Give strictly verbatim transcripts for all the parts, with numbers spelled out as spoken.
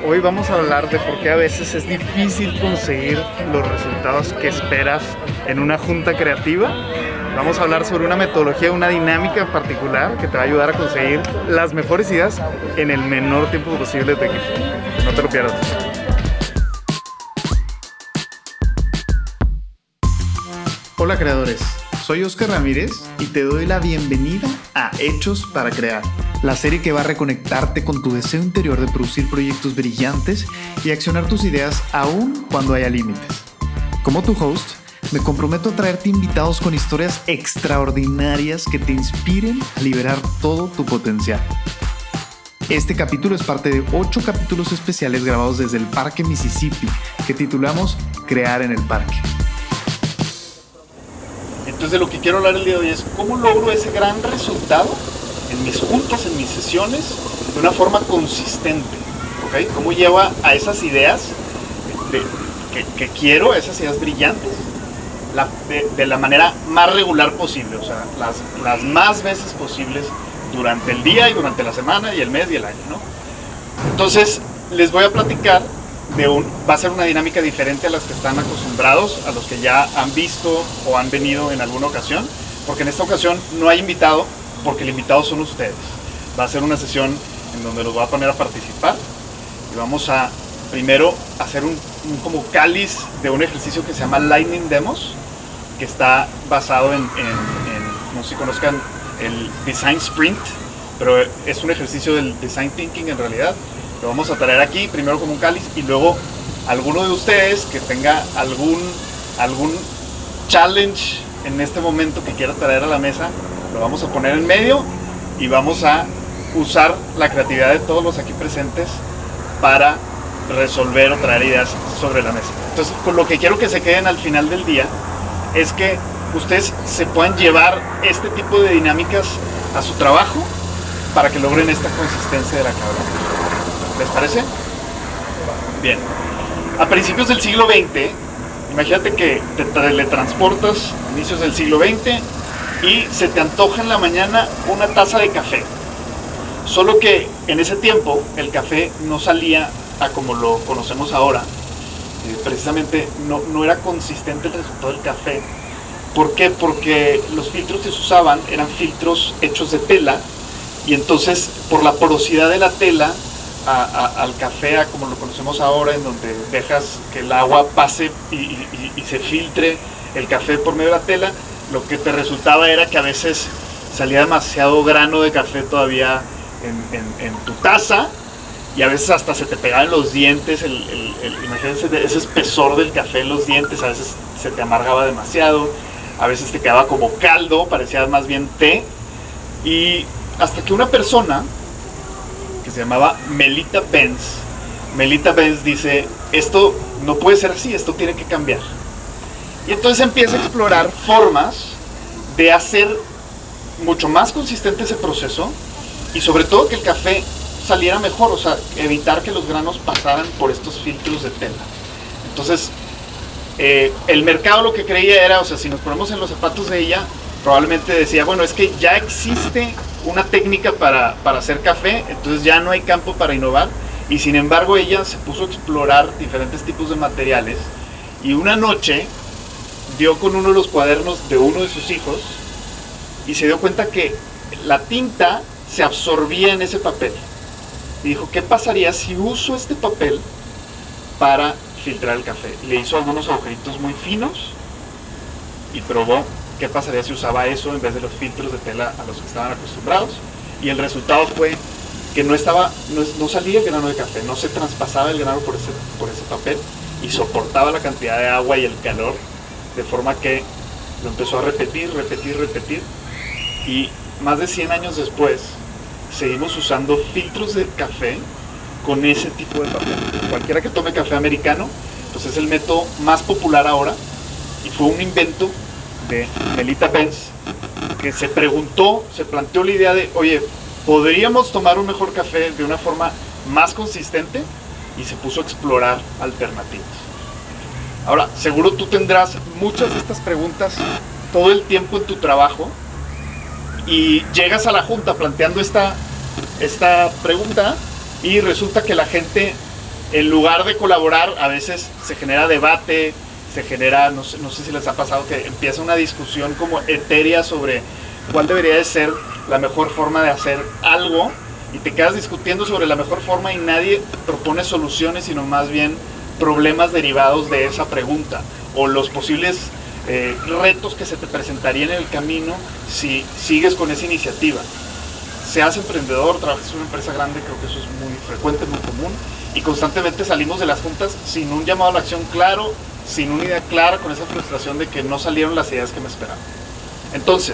Hoy vamos a hablar de por qué a veces es difícil conseguir los resultados que esperas en una junta creativa. Vamos a hablar sobre una metodología, una dinámica en particular que te va a ayudar a conseguir las mejores ideas en el menor tiempo posible de equipo. No te lo pierdas. Hola creadores, soy Oscar Ramírez y te doy la bienvenida a Hechos para Crear, la serie que va a reconectarte con tu deseo interior de producir proyectos brillantes y accionar tus ideas aún cuando haya límites. Como tu host, me comprometo a traerte invitados con historias extraordinarias que te inspiren a liberar todo tu potencial. Este capítulo es parte de ocho capítulos especiales grabados desde el Parque Mississippi que titulamos Crear en el Parque. Entonces de lo que quiero hablar el día de hoy es cómo logro ese gran resultado en mis juntas, en mis sesiones, de una forma consistente, ¿okay? Cómo lleva a esas ideas de, que, que quiero, esas ideas brillantes, la, de, de la manera más regular posible, o sea, las, las más veces posibles durante el día y durante la semana y el mes y el año, ¿no? Entonces les voy a platicar de un, va a ser una dinámica diferente a las que están acostumbrados, a los que ya han visto o han venido en alguna ocasión, porque en esta ocasión no hay invitado, porque el invitado son ustedes. Va a ser una sesión en donde los voy a poner a participar y vamos a primero hacer un, un como cáliz de un ejercicio que se llama Lightning Demos, que está basado en, en, en no sé si conozcan el Design Sprint, pero es un ejercicio del Design Thinking en realidad. Lo vamos a traer aquí primero como un cáliz y luego alguno de ustedes que tenga algún, algún challenge en este momento que quiera traer a la mesa, lo vamos a poner en medio y vamos a usar la creatividad de todos los aquí presentes para resolver o traer ideas sobre la mesa. Entonces, con lo que quiero que se queden al final del día es que ustedes se puedan llevar este tipo de dinámicas a su trabajo para que logren esta consistencia de la que hablamos. ¿Les parece? Bien. A principios del siglo veinte, imagínate que te teletransportas a inicios del siglo veinte y se te antoja en la mañana una taza de café. Solo que en ese tiempo el café no salía a como lo conocemos ahora. Eh, precisamente no, no era consistente el resultado del café. ¿Por qué? Porque los filtros que se usaban eran filtros hechos de tela y entonces por la porosidad de la tela A, a, al café, a como lo conocemos ahora, en donde dejas que el agua pase y, y, y se filtre el café por medio de la tela, lo que te resultaba era que a veces salía demasiado grano de café todavía en, en, en tu taza y a veces hasta se te pegaban los dientes, el, el, el, imagínense ese espesor del café en los dientes, a veces se te amargaba demasiado, a veces te quedaba como caldo, parecía más bien té, y hasta que una persona que se llamaba Melita Benz. Melita Benz dice, esto no puede ser así, esto tiene que cambiar. Y entonces empieza a explorar formas de hacer mucho más consistente ese proceso y sobre todo que el café saliera mejor, o sea, evitar que los granos pasaran por estos filtros de tela. Entonces, eh, el mercado lo que creía era, o sea, si nos ponemos en los zapatos de ella, probablemente decía, bueno, es que ya existe una técnica para, para hacer café, entonces ya no hay campo para innovar, y sin embargo ella se puso a explorar diferentes tipos de materiales y una noche dio con uno de los cuadernos de uno de sus hijos y se dio cuenta que la tinta se absorbía en ese papel y dijo, ¿qué pasaría si uso este papel para filtrar el café? Le hizo algunos agujeritos muy finos y probó qué pasaría si usaba eso en vez de los filtros de tela a los que estaban acostumbrados, y el resultado fue que no estaba, no, no salía el grano de café, no se traspasaba el grano por ese, por ese papel y soportaba la cantidad de agua y el calor, de forma que lo empezó a repetir, repetir, repetir, y más de cien años después seguimos usando filtros de café con ese tipo de papel. Cualquiera que tome café americano, pues es el método más popular ahora y fue un invento de Melita Benz, que se preguntó, se planteó la idea de, oye, ¿podríamos tomar un mejor café de una forma más consistente? Y se puso a explorar alternativas. Ahora, seguro tú tendrás muchas de estas preguntas todo el tiempo en tu trabajo y llegas a la junta planteando esta, esta pregunta y resulta que la gente en lugar de colaborar, a veces se genera debate, se genera, no sé, no sé si les ha pasado que empieza una discusión como etérea sobre cuál debería de ser la mejor forma de hacer algo, y te quedas discutiendo sobre la mejor forma y nadie propone soluciones, sino más bien problemas derivados de esa pregunta, o los posibles eh, retos que se te presentarían en el camino si sigues con esa iniciativa. Seas emprendedor, trabajas en una empresa grande, creo que eso es muy frecuente, muy común, y constantemente salimos de las juntas sin un llamado a la acción claro, sin una idea clara, con esa frustración de que no salieron las ideas que me esperaban. Entonces,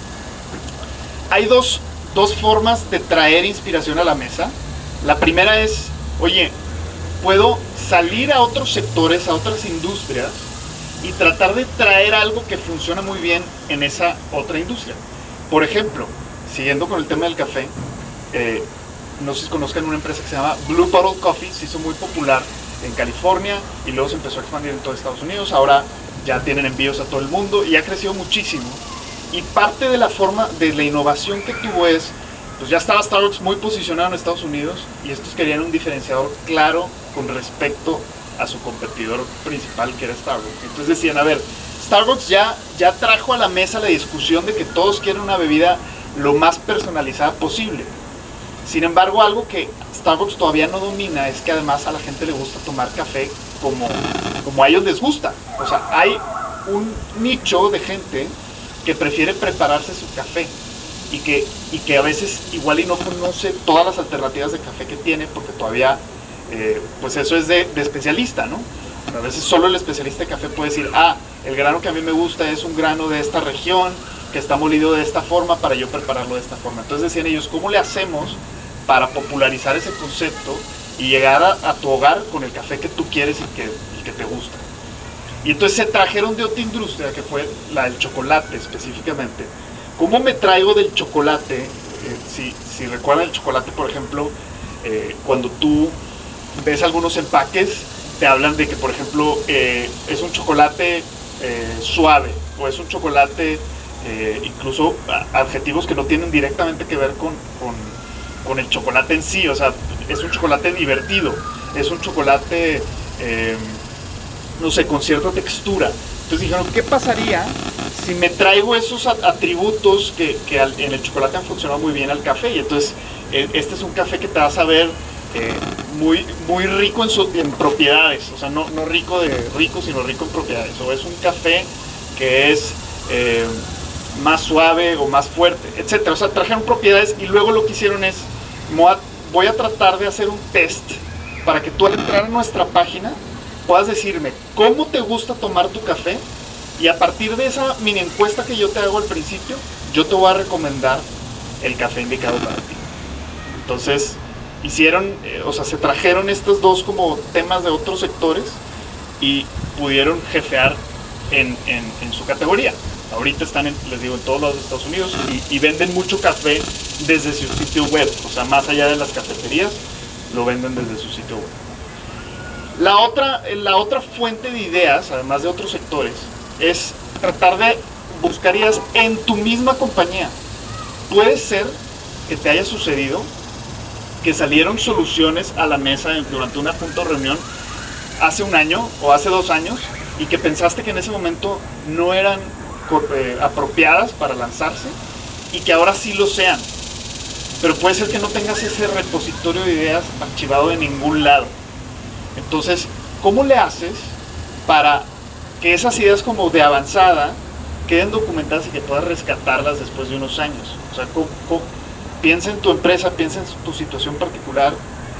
hay dos, dos formas de traer inspiración a la mesa. La primera es, oye, puedo salir a otros sectores, a otras industrias, y tratar de traer algo que funciona muy bien en esa otra industria. Por ejemplo, siguiendo con el tema del café, eh, no sé si conozcan una empresa que se llama Blue Bottle Coffee, se hizo muy popular en California y luego se empezó a expandir en todo Estados Unidos. Ahora ya tienen envíos a todo el mundo y ha crecido muchísimo. Y parte de la forma de la innovación que tuvo es, pues ya estaba Starbucks muy posicionado en Estados Unidos y estos querían un diferenciador claro con respecto a su competidor principal, que era Starbucks. Entonces decían, a ver, Starbucks ya, ya trajo a la mesa la discusión de que todos quieren una bebida lo más personalizada posible. Sin embargo, algo que Starbucks todavía no domina es que además a la gente le gusta tomar café como, como a ellos les gusta. O sea, hay un nicho de gente que prefiere prepararse su café y que, y que a veces igual y no conoce todas las alternativas de café que tiene, porque todavía, eh, pues eso es de, de especialista, ¿no? A veces solo el especialista de café puede decir, ah, el grano que a mí me gusta es un grano de esta región, que está molido de esta forma para yo prepararlo de esta forma. Entonces decían ellos, ¿cómo le hacemos para popularizar ese concepto y llegar a, a tu hogar con el café que tú quieres y que, y que te gusta? Y entonces se trajeron de otra industria, que fue la del chocolate específicamente. ¿Cómo me traigo del chocolate? Eh, si, si recuerdan el chocolate, por ejemplo, eh, cuando tú ves algunos empaques, te hablan de que, por ejemplo, eh, es un chocolate eh, suave, o es un chocolate, eh, incluso adjetivos que no tienen directamente que ver con, con, con el chocolate en sí. O sea, es un chocolate divertido, es un chocolate, eh, no sé, con cierta textura. Entonces dijeron, ¿qué pasaría si me traigo esos atributos que, que en el chocolate han funcionado muy bien al café? Y entonces, este es un café que te va a saber eh, muy, muy rico en, su, en propiedades. O sea, no, no rico de rico, sino rico en propiedades. O es un café que es eh, más suave o más fuerte, etcétera. O sea, trajeron propiedades y luego lo que hicieron es, voy a tratar de hacer un test para que tú, al entrar a nuestra página, puedas decirme cómo te gusta tomar tu café, y a partir de esa mini encuesta que yo te hago al principio, yo te voy a recomendar el café indicado para ti. Entonces hicieron, eh, o sea, se trajeron estos dos como temas de otros sectores y pudieron jefear en, en, en su categoría. Ahorita están, en, les digo, en todos los Estados Unidos y, y venden mucho café desde su sitio web. O sea, más allá de las cafeterías, lo venden desde su sitio web. La otra, la otra fuente de ideas, además de otros sectores, es tratar de buscar ideas en tu misma compañía. Puede ser que te haya sucedido que salieron soluciones a la mesa durante una junta o reunión hace un año o hace dos años y que pensaste que en ese momento no eran eh, apropiadas para lanzarse y que ahora sí lo sean. Pero puede ser que no tengas ese repositorio de ideas archivado en ningún lado. Entonces, ¿cómo le haces para que esas ideas como de avanzada queden documentadas y que puedas rescatarlas después de unos años? O sea, ¿cómo, cómo, piensa en tu empresa, piensa en tu situación particular,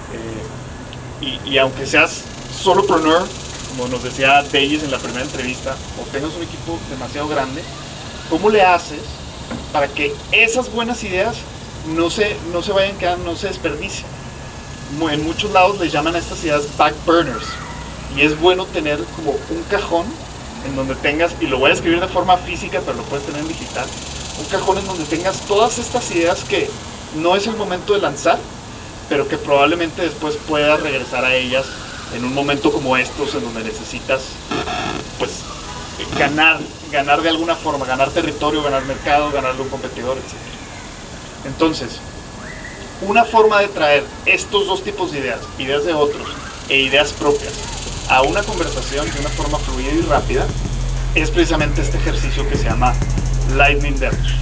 eh, y, y aunque seas solopreneur, como nos decía Davis en la primera entrevista, o tengas un equipo demasiado grande, ¿cómo le haces para que esas buenas ideas no se, no se vayan quedando, no se desperdicien? En muchos lados les llaman a estas ideas back burners, y es bueno tener como un cajón en donde tengas, y lo voy a escribir de forma física, pero lo puedes tener en digital, un cajón en donde tengas todas estas ideas que no es el momento de lanzar, pero que probablemente después puedas regresar a ellas en un momento como estos, en donde necesitas, pues, ganar, ganar de alguna forma, ganar territorio, ganar mercado, ganarle a un competidor, etcétera. Entonces, una forma de traer estos dos tipos de ideas, ideas de otros, e ideas propias a una conversación de una forma fluida y rápida es precisamente este ejercicio que se llama Lightning Versus.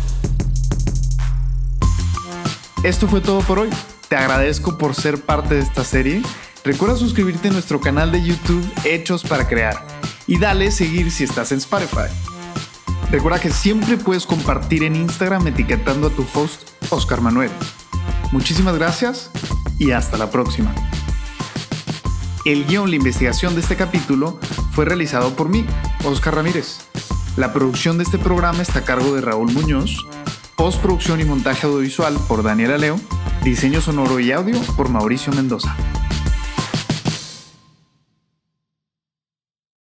Esto fue todo por hoy. Te agradezco por ser parte de esta serie. Recuerda suscribirte a nuestro canal de YouTube Hechos para Crear y dale seguir si estás en Spotify. Recuerda que siempre puedes compartir en Instagram etiquetando a tu host Oscar Manuel. Muchísimas gracias y hasta la próxima. El guión, la investigación de este capítulo fue realizado por mí, Oscar Ramírez. La producción de este programa está a cargo de Raúl Muñoz, postproducción y montaje audiovisual por Daniela Leo, diseño sonoro y audio por Mauricio Mendoza.